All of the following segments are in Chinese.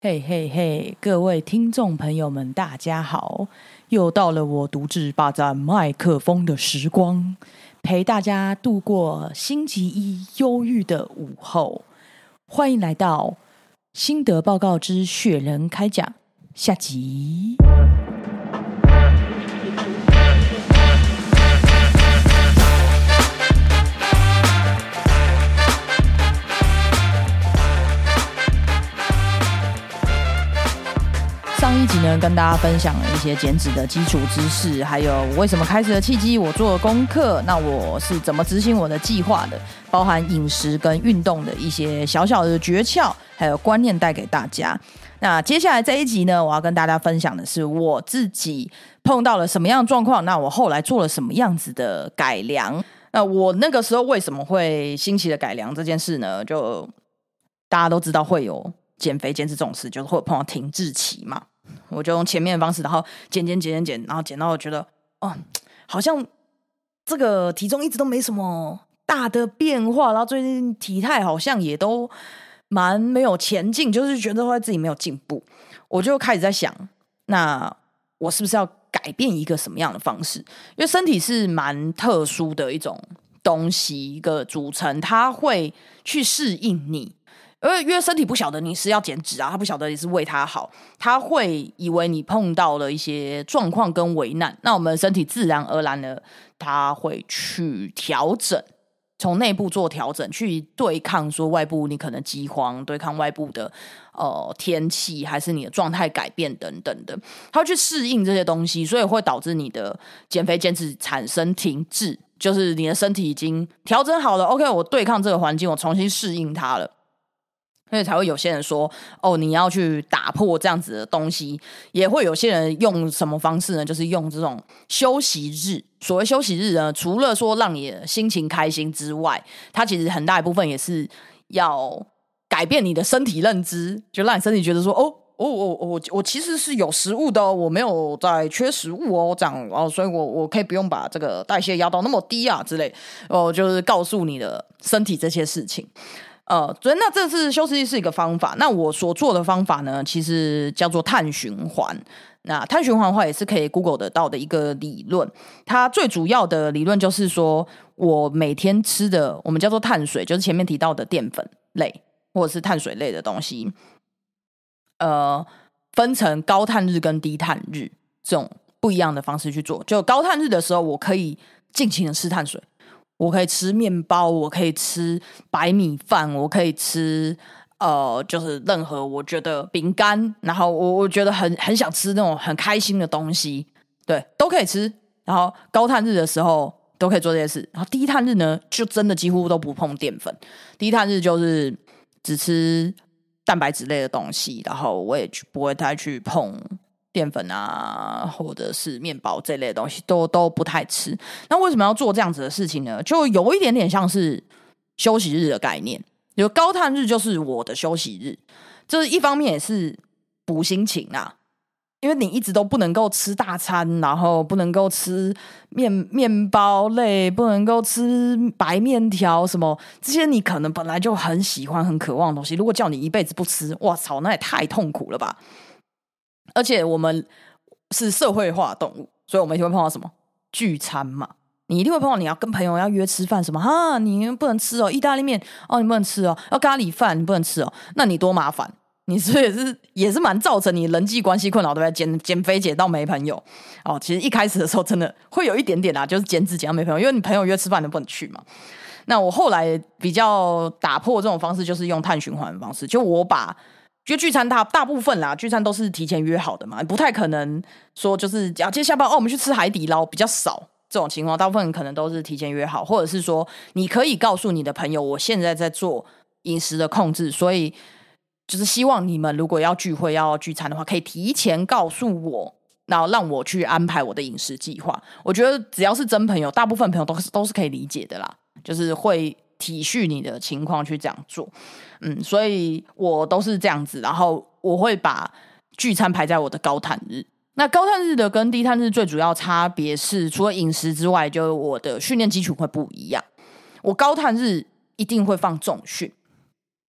嘿嘿嘿，各位听众朋友们，大家好！又到了我独自霸占麦克风的时光，陪大家度过星期一忧郁的午后。欢迎来到心得报告之雪人开讲下集。上一集呢，跟大家分享了一些减脂的基础知识，还有为什么开始的契机，我做了功课，那我是怎么执行我的计划的，包含饮食跟运动的一些小小的诀窍，还有观念带给大家。那接下来这一集呢，我要跟大家分享的是我自己碰到了什么样的状况，那我后来做了什么样子的改良。那我那个时候为什么会兴起的改良这件事呢？就大家都知道会有减肥减脂这种事，就是会碰到停滞期嘛。我就用前面的方式，然后减，然后减到我觉得好像这个体重一直都没什么大的变化，然后最近体态好像也都蛮没有前进，就是觉得自己没有进步。我就开始在想，那我是不是要改变一个什么样的方式？因为身体是蛮特殊的一种东西，一个组成，它会去适应你。因为身体不晓得你是要减脂啊，他不晓得你是为他好，他会以为你碰到了一些状况跟危难，那我们身体自然而然的他会去调整，从内部做调整，去对抗说外部你可能饥荒，对抗外部的天气，还是你的状态改变等等的，他会去适应这些东西，所以会导致你的减肥减脂产生停滞，就是你的身体已经调整好了 OK， 我对抗这个环境，我重新适应它了，所以才会有些人说你要去打破这样子的东西，也会有些人用什么方式呢？就是用这种休息日。所谓休息日呢，除了说让你的心情开心之外，它其实很大一部分也是要改变你的身体认知，就让你身体觉得说我其实是有食物的我没有在缺食物这样所以我可以不用把这个代谢压到那么低啊之类就是告诉你的身体这些事情。所以那这次休息是一个方法，那我所做的方法呢，其实叫做碳循环。那碳循环的话，也是可以 Google 得到的一个理论。它最主要的理论就是说，我每天吃的我们叫做碳水，就是前面提到的淀粉类或者是碳水类的东西，分成高碳日跟低碳日这种不一样的方式去做。就高碳日的时候，我可以尽情的吃碳水。我可以吃面包，我可以吃白米饭，我可以吃就是任何我觉得饼干，然后我觉得很想吃那种很开心的东西，对，都可以吃。然后高碳日的时候都可以做这些事，然后低碳日呢，就真的几乎都不碰淀粉。低碳日就是只吃蛋白质类的东西，然后我也不会太去碰淀粉啊，或者是面包这类的东西都不太吃。那为什么要做这样子的事情呢？就有一点点像是休息日的概念，有高碳日就是我的休息日，就是一方面也是补心情啊，因为你一直都不能够吃大餐，然后不能够吃面包类，不能够吃白面条什么，这些你可能本来就很喜欢很渴望的东西，如果叫你一辈子不吃，哇操，那也太痛苦了吧。而且我们是社会化的动物，所以我们一定会碰到什么聚餐嘛，你一定会碰到你要跟朋友要约吃饭什么你不能吃意大利面你不能吃要咖喱饭你不能吃那你多麻烦，你是不是也是蛮造成你人际关系困扰，对不对？减肥减到没朋友其实一开始的时候真的会有一点点就是减脂减到没朋友，因为你朋友约吃饭你不能去嘛。那我后来比较打破这种方式，就是用碳循环的方式，就我把就聚餐大部分啦，聚餐都是提前约好的嘛，不太可能说就是今天下班我们去吃海底捞，比较少这种情况，大部分可能都是提前约好，或者是说你可以告诉你的朋友我现在在做饮食的控制，所以就是希望你们如果要聚会要聚餐的话，可以提前告诉我，然后让我去安排我的饮食计划。我觉得只要是真朋友，大部分朋友都是可以理解的啦，就是会体恤你的情况去这样做。所以我都是这样子，然后我会把聚餐排在我的高碳日。那高碳日的跟低碳日最主要差别是，除了饮食之外，就我的训练基础会不一样。我高碳日一定会放重训，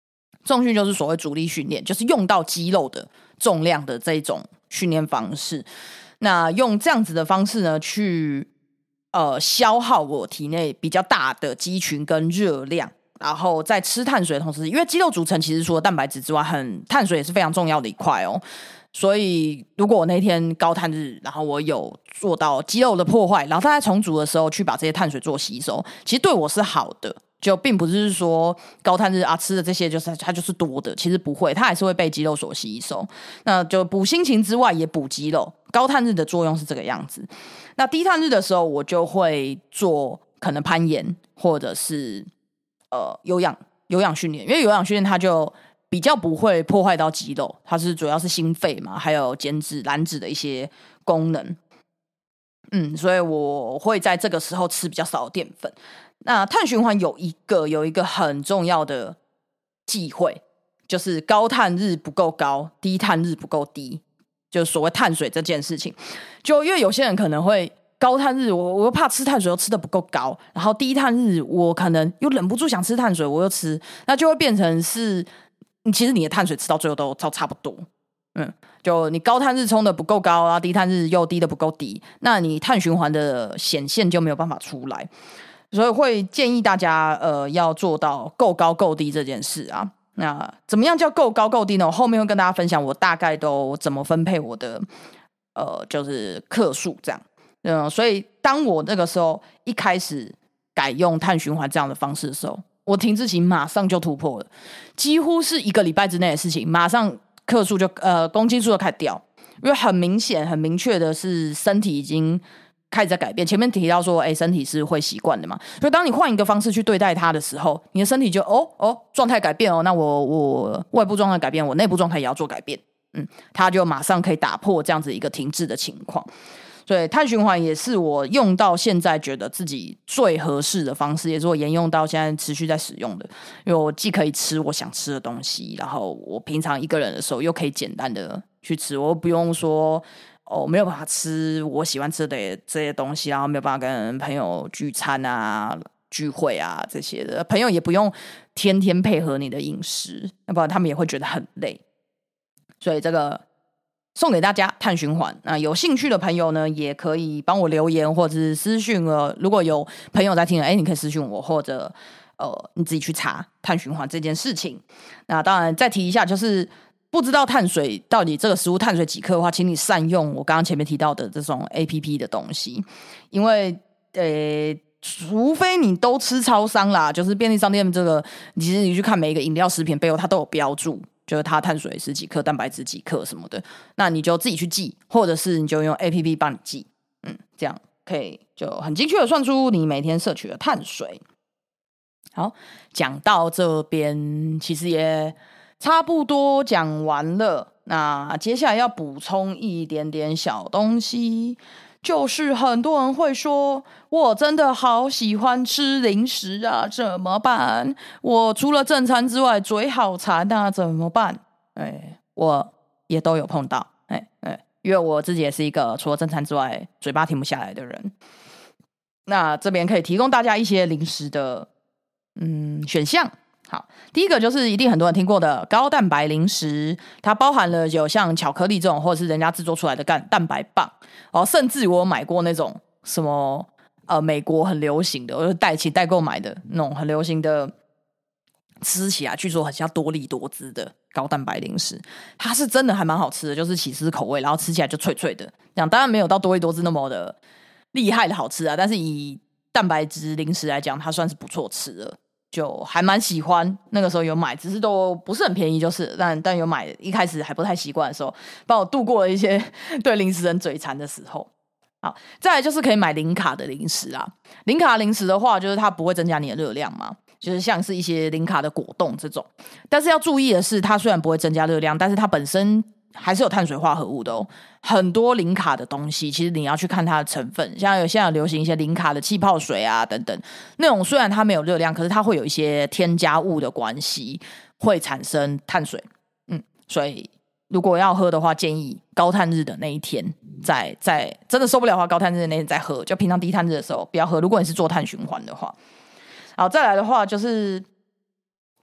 重训就是所谓阻力训练，就是用到肌肉的重量的这种训练方式。那用这样子的方式呢，去消耗我体内比较大的肌群跟热量，然后在吃碳水的同时，因为肌肉组成其实除了蛋白质之外，碳水也是非常重要的一块哦。所以如果我那天高碳日，然后我有做到肌肉的破坏，然后它在重组的时候去把这些碳水做吸收，其实对我是好的，就并不是说高碳日啊吃的这些它就是多的，其实不会，它还是会被肌肉所吸收。那就补心情之外也补肌肉，高碳日的作用是这个样子。那低碳日的时候我就会做可能攀岩或者是有氧训练，因为有氧训练它就比较不会破坏到肌肉，它是主要是心肺嘛，还有减脂燃脂的一些功能。所以我会在这个时候吃比较少的淀粉。那碳循环有一个很重要的忌讳，就是高碳日不够高，低碳日不够低，就所谓碳水这件事情。就因为有些人可能会高碳日我又怕吃碳水又吃的不够高，然后低碳日我可能又忍不住想吃碳水我又吃，那就会变成是其实你的碳水吃到最后都差不多。就你高碳日冲的不够高，然后低碳日又低的不够低，那你碳循环的显现就没有办法出来。所以会建议大家要做到够高够低这件事啊。那怎么样叫够高够低呢？我后面会跟大家分享我大概都怎么分配我的就是克数这样。所以当我那个时候一开始改用碳循环这样的方式的时候，我停滞期马上就突破了，几乎是1个礼拜之内的事情，马上克数就公斤数就开始掉，因为很明显很明确的是身体已经开始在改变。前面提到说身体是会习惯的嘛，所以当你换一个方式去对待它的时候，你的身体就状态改变那我外部状态改变，我内部状态也要做改变。它就马上可以打破这样子一个停滞的情况。所以碳循环也是我用到现在觉得自己最合适的方式，也是我沿用到现在持续在使用的。因为我既可以吃我想吃的东西，然后我平常一个人的时候又可以简单的去吃，我不用说没有办法吃我喜欢吃的这些东西，然后没有办法跟朋友聚餐啊聚会啊这些的，朋友也不用天天配合你的饮食，要不然他们也会觉得很累。所以这个送给大家碳循环，那有兴趣的朋友呢，也可以帮我留言或者是私讯如果有朋友在听你可以私讯我，或者你自己去查碳循环这件事情。那当然再提一下，就是不知道碳水到底这个食物碳水几克的话，请你善用我刚刚前面提到的这种 APP 的东西，因为除非你都吃超商啦，就是便利商店这个，其实你去看每一个饮料食品背后它都有标注，就是它碳水是几克，蛋白质几克什么的，那你就自己去记，或者是你就用 APP 帮你记，这样可以就很精确的算出你每天摄取的碳水。好，讲到这边其实也差不多讲完了，那接下来要补充一点点小东西，就是很多人会说我真的好喜欢吃零食啊，怎么办？我除了正餐之外嘴好馋啊，怎么办？我也都有碰到，因为我自己也是一个除了正餐之外嘴巴停不下来的人。那这边可以提供大家一些零食的选项。好，第一个就是一定很多人听过的高蛋白零食，它包含了有像巧克力这种，或者是人家制作出来的蛋白棒，甚至我有买过那种什么美国很流行的，我就代购买的那种很流行的，吃起来据说很像多利多滋的高蛋白零食，它是真的还蛮好吃的，就是起司口味，然后吃起来就脆脆的，这样当然没有到多利多滋那么的厉害的好吃啊，但是以蛋白质零食来讲，它算是不错吃的，就还蛮喜欢。那个时候有买，只是都不是很便宜，就是但有买，一开始还不太习惯的时候，帮我度过了一些对零食很嘴馋的时候。好，再来就是可以买零卡的零食啦。零卡零食的话，就是它不会增加你的热量嘛，就是像是一些零卡的果冻这种。但是要注意的是，它虽然不会增加热量，但是它本身还是有碳水化合物的哦。很多零卡的东西，其实你要去看它的成分，像现在有流行一些零卡的气泡水啊等等，那种虽然它没有热量，可是它会有一些添加物的关系，会产生碳水。所以如果要喝的话，建议高碳日的那一天再真的受不了的话，高碳日的那天再喝，就平常低碳日的时候不要喝。如果你是做碳循环的话，好，再来的话就是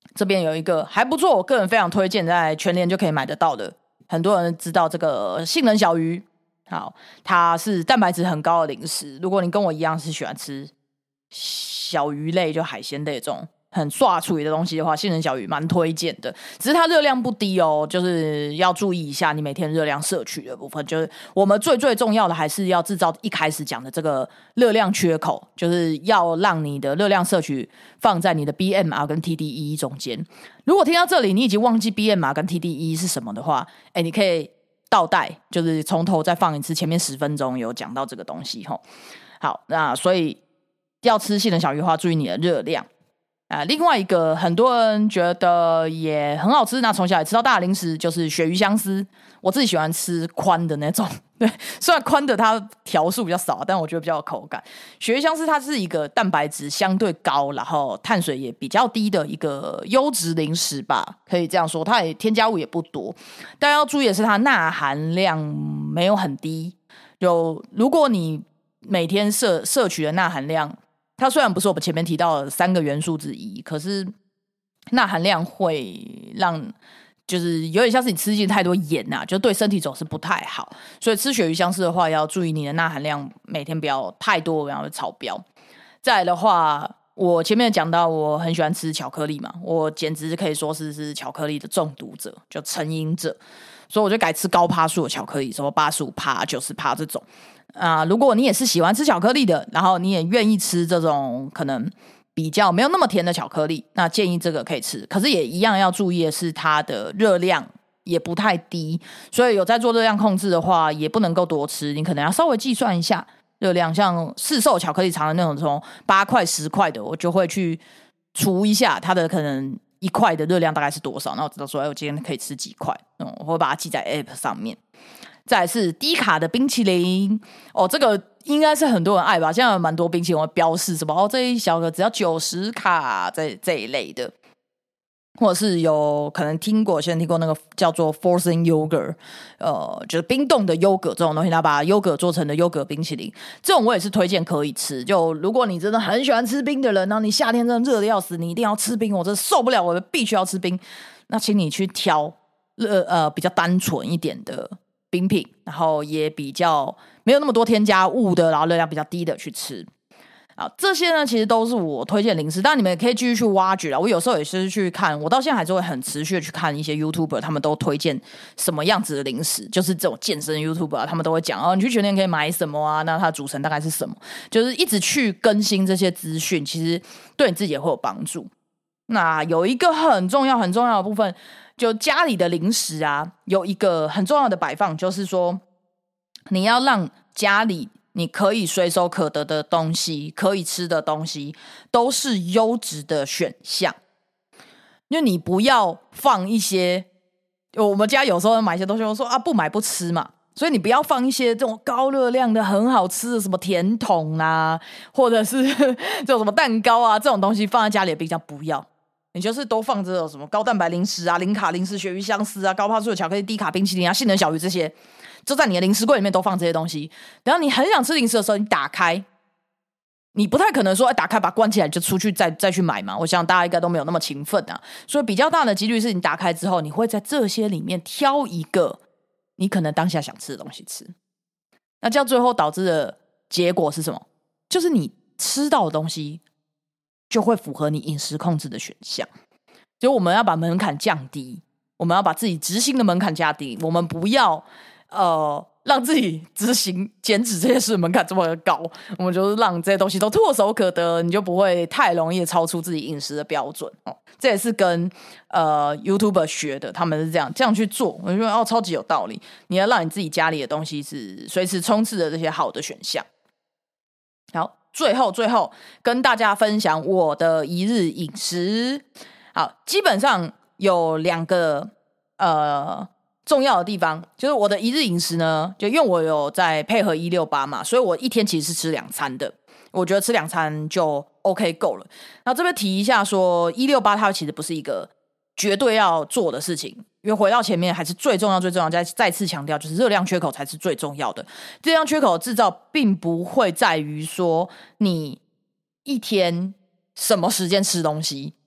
这边有一个还不错，我个人非常推荐，在全联就可以买得到的，很多人知道这个杏仁小鱼。好，它是蛋白质很高的零食，如果你跟我一样是喜欢吃小鱼类就海鲜类这种很刷处理的东西的话，杏仁小鱼蛮推荐的，只是它热量不低哦，就是要注意一下你每天热量摄取的部分。就是我们最重要的还是要制造一开始讲的这个热量缺口，就是要让你的热量摄取放在你的 BMR 跟 TDE 中间。如果听到这里你已经忘记 BMR 跟 TDE 是什么的话，你可以倒带，就是从头再放一次，前面10分钟有讲到这个东西齁。好，那所以要吃杏仁小鱼的话，注意你的热量。另外一个很多人觉得也很好吃，那从小也吃到大的零食就是鳕鱼香丝。我自己喜欢吃宽的那种，对，虽然宽的它条数比较少，但我觉得比较有口感。鳕鱼香丝它是一个蛋白质相对高，然后碳水也比较低的一个优质零食吧，可以这样说。它也添加物也不多，但要注意的是它钠含量没有很低。如果你每天摄取的钠含量，它虽然不是我们前面提到的3个元素之一，可是钠含量会让就是有点像是你吃进太多盐啊，就对身体总是不太好。所以吃鳕鱼香丝的话，要注意你的钠含量每天不要太多，然后超标。再来的话，我前面讲到我很喜欢吃巧克力嘛，我简直可以说是巧克力的中毒者，就成瘾者，所以我就改吃高趴数的巧克力，什么85%、90%这种。如果你也是喜欢吃巧克力的，然后你也愿意吃这种可能比较没有那么甜的巧克力，那建议这个可以吃。可是也一样要注意的是，它的热量也不太低，所以有在做热量控制的话，也不能够多吃，你可能要稍微计算一下热量。像市售巧克力厂的那种从8块、10块的，我就会去除一下它的可能1块的热量大概是多少，那我知道说我今天可以吃几块，我会把它记在 App 上面。再来是低卡的冰淇淋这个应该是很多人爱吧，现在有蛮多冰淇淋会标示什么这一小个只要90卡这一类的，或者是有可能现在听过那个叫做 Frozen Yogurt， 就是冰冻的优格这种东西，他把优格做成的优格冰淇淋，这种我也是推荐可以吃。就如果你真的很喜欢吃冰的人，然后你夏天真的热的要死，你一定要吃冰，我真的受不了，我必须要吃冰，那请你去挑比较单纯一点的冰品，然后也比较没有那么多添加物的，然后热量比较低的去吃。这些呢其实都是我推荐零食，但你们也可以继续去挖掘啦。我有时候也是去看，我到现在还是会很持续的去看一些 YouTuber， 他们都推荐什么样子的零食，就是这种健身 YouTuber 他们都会讲你去全联可以买什么啊，那它的组成大概是什么，就是一直去更新这些资讯，其实对你自己也会有帮助。那有一个很重要的部分，就家里的零食有一个很重要的摆放，就是说你要让家里你可以随手可得的东西，可以吃的东西都是优质的选项。因为你不要放一些，我们家有时候买一些东西，我说不买不吃嘛，所以你不要放一些这种高热量的很好吃的什么甜筒或者是这种什么蛋糕这种东西放在家里的冰箱不要。你就是都放这种什么高蛋白零食零卡零食、鳕鱼香丝高趴数的巧克力、低卡冰淇淋杏仁小鱼这些，就在你的零食柜里面都放这些东西。然后你很想吃零食的时候，你打开，你不太可能说打开把它关起来就出去再去买嘛。我想大家应该都没有那么勤奋所以比较大的几率是你打开之后，你会在这些里面挑一个你可能当下想吃的东西吃。那这样最后导致的结果是什么？就是你吃到的东西就会符合你饮食控制的选项。就我们要把门槛降低，我们要把自己执行的门槛降低，我们不要让自己执行减脂这些事的门槛这么高，我们就是让这些东西都唾手可得，你就不会太容易超出自己饮食的标准这也是跟YouTuber 学的，他们是这样去做，我觉得超级有道理。你要让你自己家里的东西是随时充斥的这些好的选项。好，最后跟大家分享我的一日饮食。好，基本上有2个重要的地方，就是我的一日饮食呢，就因为我有在配合168嘛，所以我一天其实是吃2餐的。我觉得吃2餐就 OK 够了。然后这边提一下说168它其实不是一个绝对要做的事情，因为回到前面还是最重要再次强调，就是热量缺口才是最重要的。热量缺口的制造并不会在于说你一天什么时间吃东西，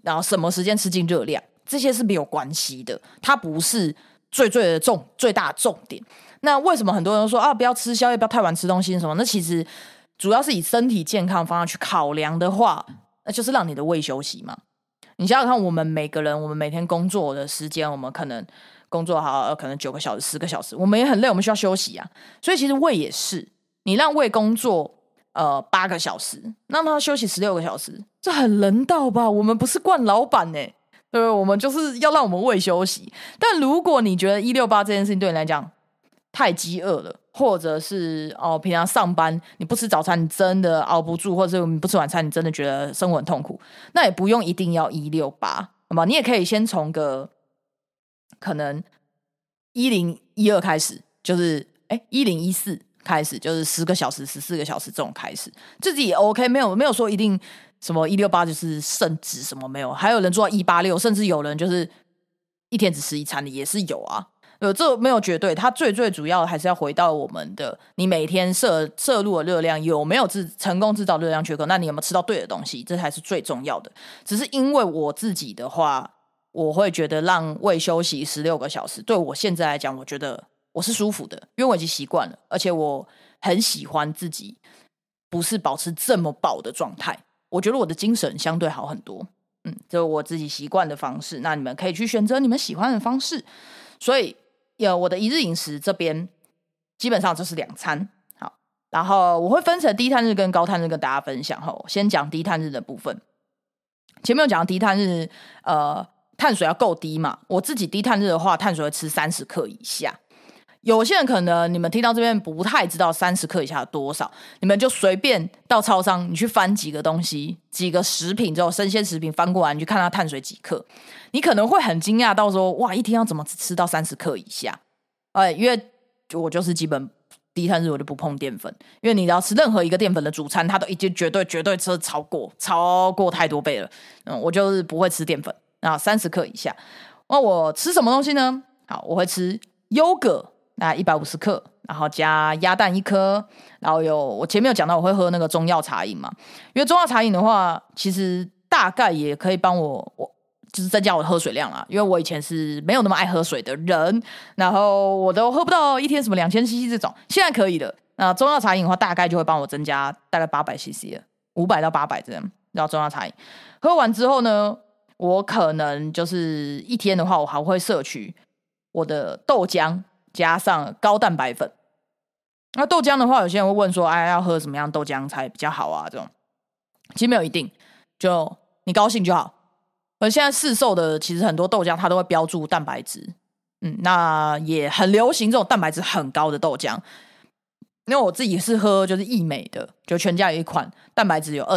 然后什么时间吃进热量，这些是没有关系的，它不是最大的重点。那为什么很多人都说不要吃宵夜，不要太晚吃东西什么？那其实主要是以身体健康方向去考量的话，那就是让你的胃休息嘛。你想想看，我们每个人，我们每天工作的时间，我们可能工作好可能9个小时10个小时，我们也很累，我们需要休息啊。所以其实胃也是，你让胃工作8个小时，让他休息16个小时，这很人道吧？我们不是惯老板欸，对不对？我们就是要让我们胃休息。但如果你觉得168这件事情对你来讲太饥饿了，或者是平常上班你不吃早餐你真的熬不住，或者是你不吃晚餐你真的觉得生活很痛苦，那也不用一定要168，好吗？你也可以先从个可能1012开始，就是1014开始，就是10个小时14个小时这种开始，自己也 OK， 没有说一定什么168就是圣旨什么没有，还有人做到186，甚至有人就是一天只吃1餐的也是有啊。这没有绝对，它最主要还是要回到我们的你每天摄入的热量有没有成功制造热量缺口，那你有没有吃到对的东西，这才是最重要的。只是因为我自己的话，我会觉得让胃休息16个小时对我现在来讲我觉得我是舒服的，因为我已经习惯了，而且我很喜欢自己不是保持这么饱的状态，我觉得我的精神相对好很多。这是我自己习惯的方式，那你们可以去选择你们喜欢的方式。所以我的一日饮食这边基本上就是2餐，好，然后我会分成低碳日跟高碳日跟大家分享。先讲低碳日的部分。前面有讲低碳日碳水要够低嘛，我自己低碳日的话碳水会吃30克以下。有些人可能你们听到这边不太知道30克以下有多少，你们就随便到超商你去翻几个东西，几个食品之后生鲜食品翻过来，你去看它碳水几克，你可能会很惊讶到说哇，一天要怎么吃到30克以下。因为我就是基本低碳日我就不碰淀粉，因为你要吃任何一个淀粉的主餐它都已经绝对吃超过太多倍了。我就是不会吃淀粉，30克以下。那我吃什么东西呢？好，我会吃优格150克，然后加鸭蛋1颗，然后我前面有讲到我会喝那个中药茶饮嘛，因为中药茶饮的话其实大概也可以帮我就是增加我的喝水量啦，因为我以前是没有那么爱喝水的人，然后我都喝不到一天什么2000cc 这种，现在可以了。那中药茶饮的话大概就会帮我增加大概800cc 了，500到800这样。然后中药茶饮喝完之后呢，我可能就是一天的话我还会摄取我的豆浆加上高蛋白粉。那豆浆的话有些人会问说要喝什么样豆浆才比较好啊，这种其实没有一定，就你高兴就好。而现在市售的其实很多豆浆它都会标注蛋白质，那也很流行这种蛋白质很高的豆浆。因为我自己是喝就是益美的，就全家有一款蛋白质有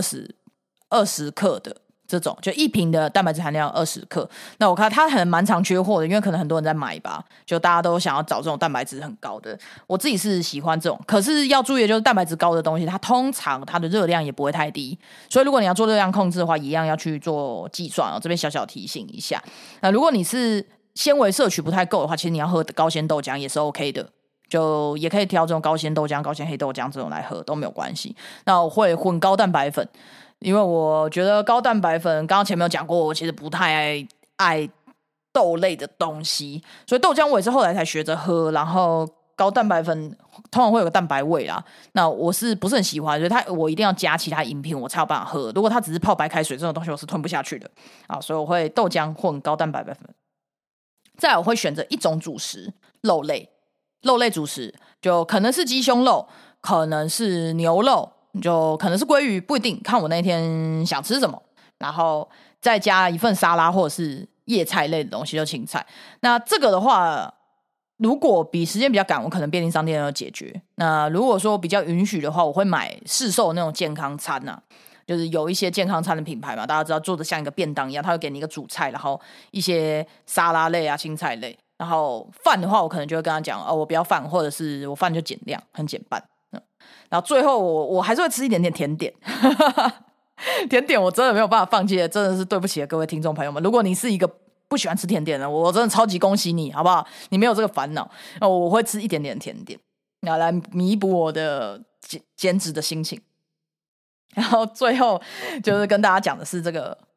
20克的这种，就一瓶的蛋白质含量20克。那我看它很蛮常缺货的，因为可能很多人在买吧，就大家都想要找这种蛋白质很高的。我自己是喜欢这种，可是要注意的就是蛋白质高的东西它通常它的热量也不会太低，所以如果你要做热量控制的话一样要去做计算这边小小提醒一下。那如果你是纤维摄取不太够的话，其实你要喝高纤豆浆也是 OK 的，就也可以挑这种高纤豆浆高纤黑豆浆这种来喝都没有关系。那我会混高蛋白粉，因为我觉得高蛋白粉刚刚前面有讲过，我其实不太爱豆类的东西，所以豆浆我也是后来才学着喝。然后高蛋白粉通常会有个蛋白味啦，那我是不是很喜欢，所以我一定要加其他饮品我才有办法喝，如果它只是泡白开水这种东西我是吞不下去的所以我会豆浆混高蛋白粉。再来我会选择一种主食，肉类主食，就可能是鸡胸肉，可能是牛肉，就可能是鲑鱼，不一定，看我那天想吃什么，然后再加一份沙拉或者是叶菜类的东西，就青菜。那这个的话如果比时间比较赶，我可能便利商店要解决。那如果说比较允许的话，我会买市售那种健康餐就是有一些健康餐的品牌嘛，大家知道做的像一个便当一样，它会给你一个主菜，然后一些沙拉类青菜类。然后饭的话我可能就会跟他讲我不要饭，或者是我饭就减量很减半。然后最后我还是会吃一点点甜点甜点我真的没有办法放弃的，真的是对不起各位听众朋友们，如果你是一个不喜欢吃甜点的，我真的超级恭喜你好不好，你没有这个烦恼。我会吃一点点甜点然后来弥补我的减脂的心情。然后最后就是跟大家讲的是这个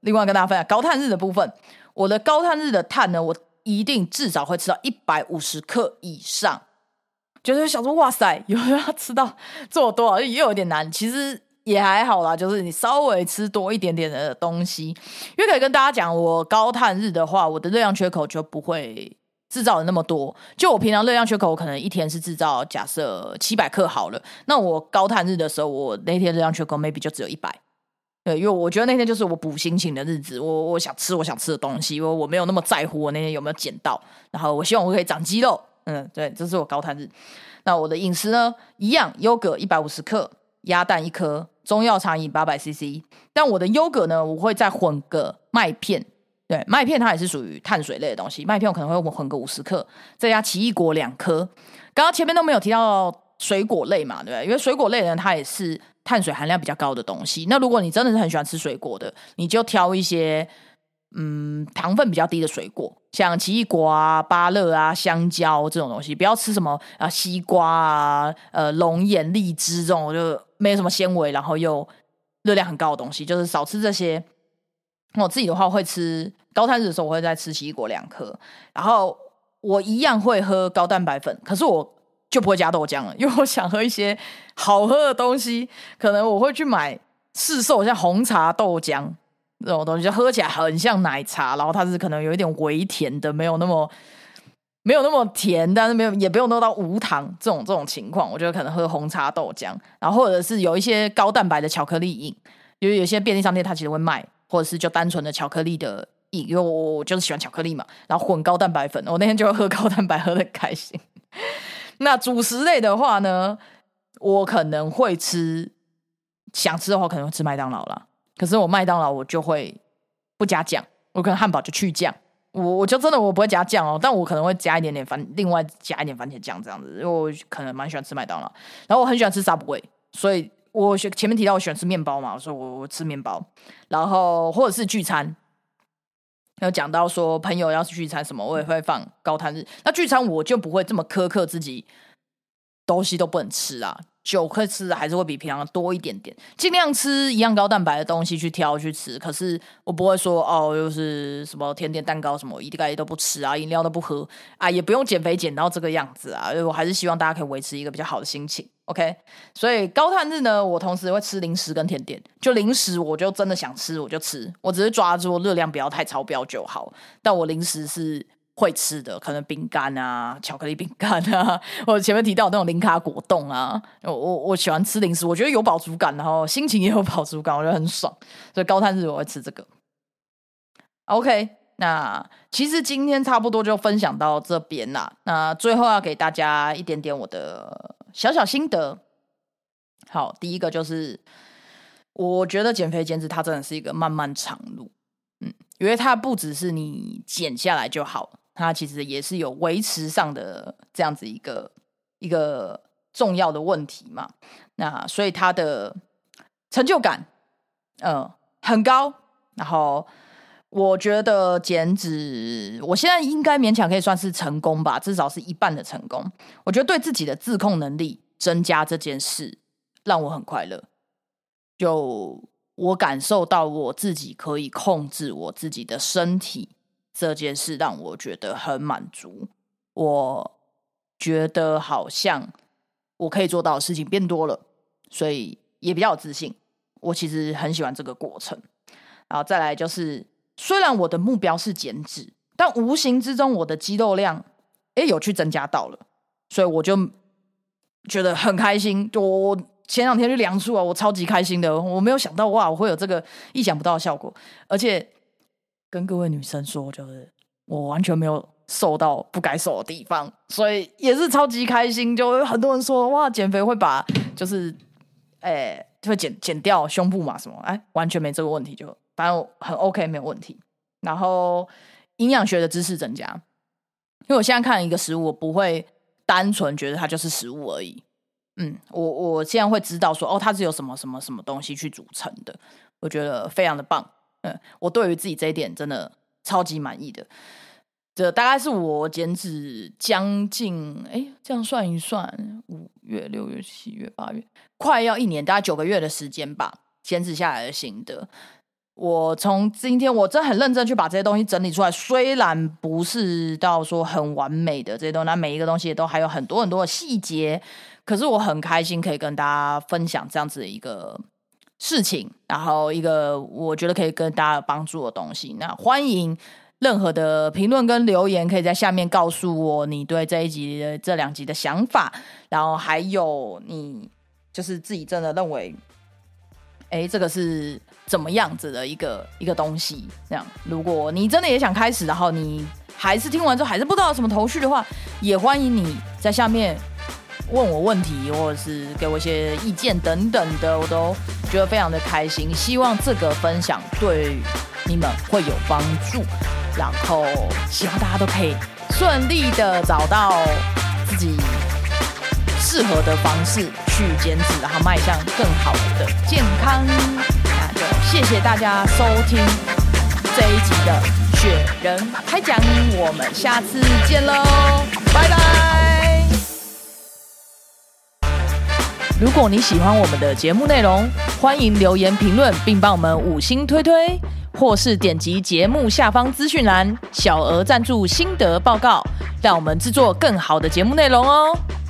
另外跟大家分享高碳日的部分，我的高碳日的碳呢，我一定至少会吃到150克以上。就是想说哇塞，有人要吃到这么多也有点难，其实也还好啦，就是你稍微吃多一点点的东西。因为可以跟大家讲，我高碳日的话，我的热量缺口就不会制造的那么多。就我平常热量缺口，我可能一天是制造假设700克好了，那我高碳日的时候，我那天热量缺口 maybe 就只有100。对，因为我觉得那天就是我补心情的日子，我想吃我想吃的东西，因为我没有那么在乎我那天有没有减到，然后我希望我可以长肌肉。对，这是我高碳日。那我的饮食呢，一样，优格150克，鸭蛋1颗，中药茶饮800cc。但我的优格呢，我会再混个麦片。对，麦片它也是属于碳水类的东西，麦片我可能会混个50克，再加奇异果2颗。刚刚前面都没有提到水果类嘛，对不对？因为水果类呢，它也是碳水含量比较高的东西。那如果你真的是很喜欢吃水果的，你就挑一些糖分比较低的水果，像奇异果啊、芭乐啊、香蕉这种东西，不要吃什么西瓜啊、龙眼、荔枝这种就没有什么纤维，然后又热量很高的东西，就是少吃这些。我自己的话会吃高碳日的时候，我会再吃奇异果2颗，然后我一样会喝高蛋白粉，可是我就不会加豆浆了，因为我想喝一些好喝的东西，可能我会去买市售像红茶豆浆这种东西，就喝起来很像奶茶，然后它是可能有一点微甜的，没有那么甜，但是也不用弄到无糖这种情况，我觉得可能喝红茶豆浆，然后或者是有一些高蛋白的巧克力饮，因为有些便利商店它其实会卖，或者是就单纯的巧克力的饮，因为我就是喜欢巧克力嘛，然后混高蛋白粉，我那天就会喝高蛋白，喝得很开心。那主食类的话呢，我可能会想吃的话可能会吃麦当劳啦，可是我麦当劳我就会不加酱，我可能汉堡就去酱，我就真的我不会加酱哦，但我可能会加一点点另外加一点番茄酱这样子，因为我可能蛮喜欢吃麦当劳，然后我很喜欢吃 Subway， 所以我前面提到我喜欢吃面包嘛，所以我吃面包，然后或者是聚餐，有讲到说朋友要是聚餐什么，我也会放高碳日。那聚餐我就不会这么苛刻自己东西都不能吃啊，酒会吃的还是会比平常多一点点，尽量吃一样高蛋白的东西去挑去吃。可是我不会说就是什么甜点蛋糕什么一概都不吃啊，饮料都不喝啊，也不用减肥减到这个样子啊。因为我还是希望大家可以维持一个比较好的心情。OK， 所以高碳日呢，我同时会吃零食跟甜点。就零食我就真的想吃我就吃，我只是抓住热量不要太超标就好。但我零食是会吃的，可能饼干啊、巧克力饼干啊，或者前面提到那种零卡果冻啊，我喜欢吃零食，我觉得有饱足感，然后心情也有饱足感，我觉得很爽。所以高碳日我会吃这个。OK， 那其实今天差不多就分享到这边啦。那最后要给大家一点点我的小小心得。好，第一个就是我觉得减肥减脂它真的是一个漫漫长路，因为它不只是你减下来就好，它其实也是有维持上的这样子一个重要的问题嘛。那所以它的成就感很高，然后我觉得减脂我现在应该勉强可以算是成功吧，至少是一半的成功。我觉得对自己的自控能力增加这件事让我很快乐，就我感受到我自己可以控制我自己的身体这件事让我觉得很满足。我觉得好像我可以做到的事情变多了，所以也比较有自信。我其实很喜欢这个过程。然后再来就是虽然我的目标是减脂，但无形之中我的肌肉量有去增加到了，所以我就觉得很开心。就我前2天去量出来，我超级开心的，我没有想到哇我会有这个意想不到的效果。而且跟各位女生说，就是我完全没有瘦到不该瘦的地方，所以也是超级开心。就有很多人说哇减肥会把就是会减掉胸部嘛什么，完全没这个问题，就反正很 OK 没有问题。然后营养学的知识增加，因为我现在看一个食物，我不会单纯觉得它就是食物而已。我现在会知道说它是有什么什么什么东西去组成的，我觉得非常的棒。我对于自己这一点真的超级满意的。这大概是我减脂将近这样算一算，5月、6月、7月、8月，快要1年，大概9个月的时间吧，减脂下来的心得。 我从今天我真的很认真去把这些东西整理出来，虽然不是到说很完美的这些东西，那每一个东西也都还有很多很多的细节，可是我很开心可以跟大家分享这样子的一个事情，然后一个我觉得可以跟大家有帮助的东西。那欢迎任何的评论跟留言，可以在下面告诉我你对这一集的这2集的想法，然后还有你就是自己真的认为这个是怎么样子的一个东西。这样如果你真的也想开始，然后你还是听完之后还是不知道有什么头绪的话，也欢迎你在下面问我问题，或者是给我一些意见等等的，我都觉得非常的开心。希望这个分享对你们会有帮助，然后希望大家都可以顺利的找到自己适合的方式去减脂，然后迈向更好的健康。那就谢谢大家收听这一集的雪人开讲，我们下次见喽，拜拜。如果你喜欢我们的节目内容，欢迎留言评论并帮我们5星推推，或是点击节目下方资讯栏小额赞助心得报告，让我们制作更好的节目内容哦。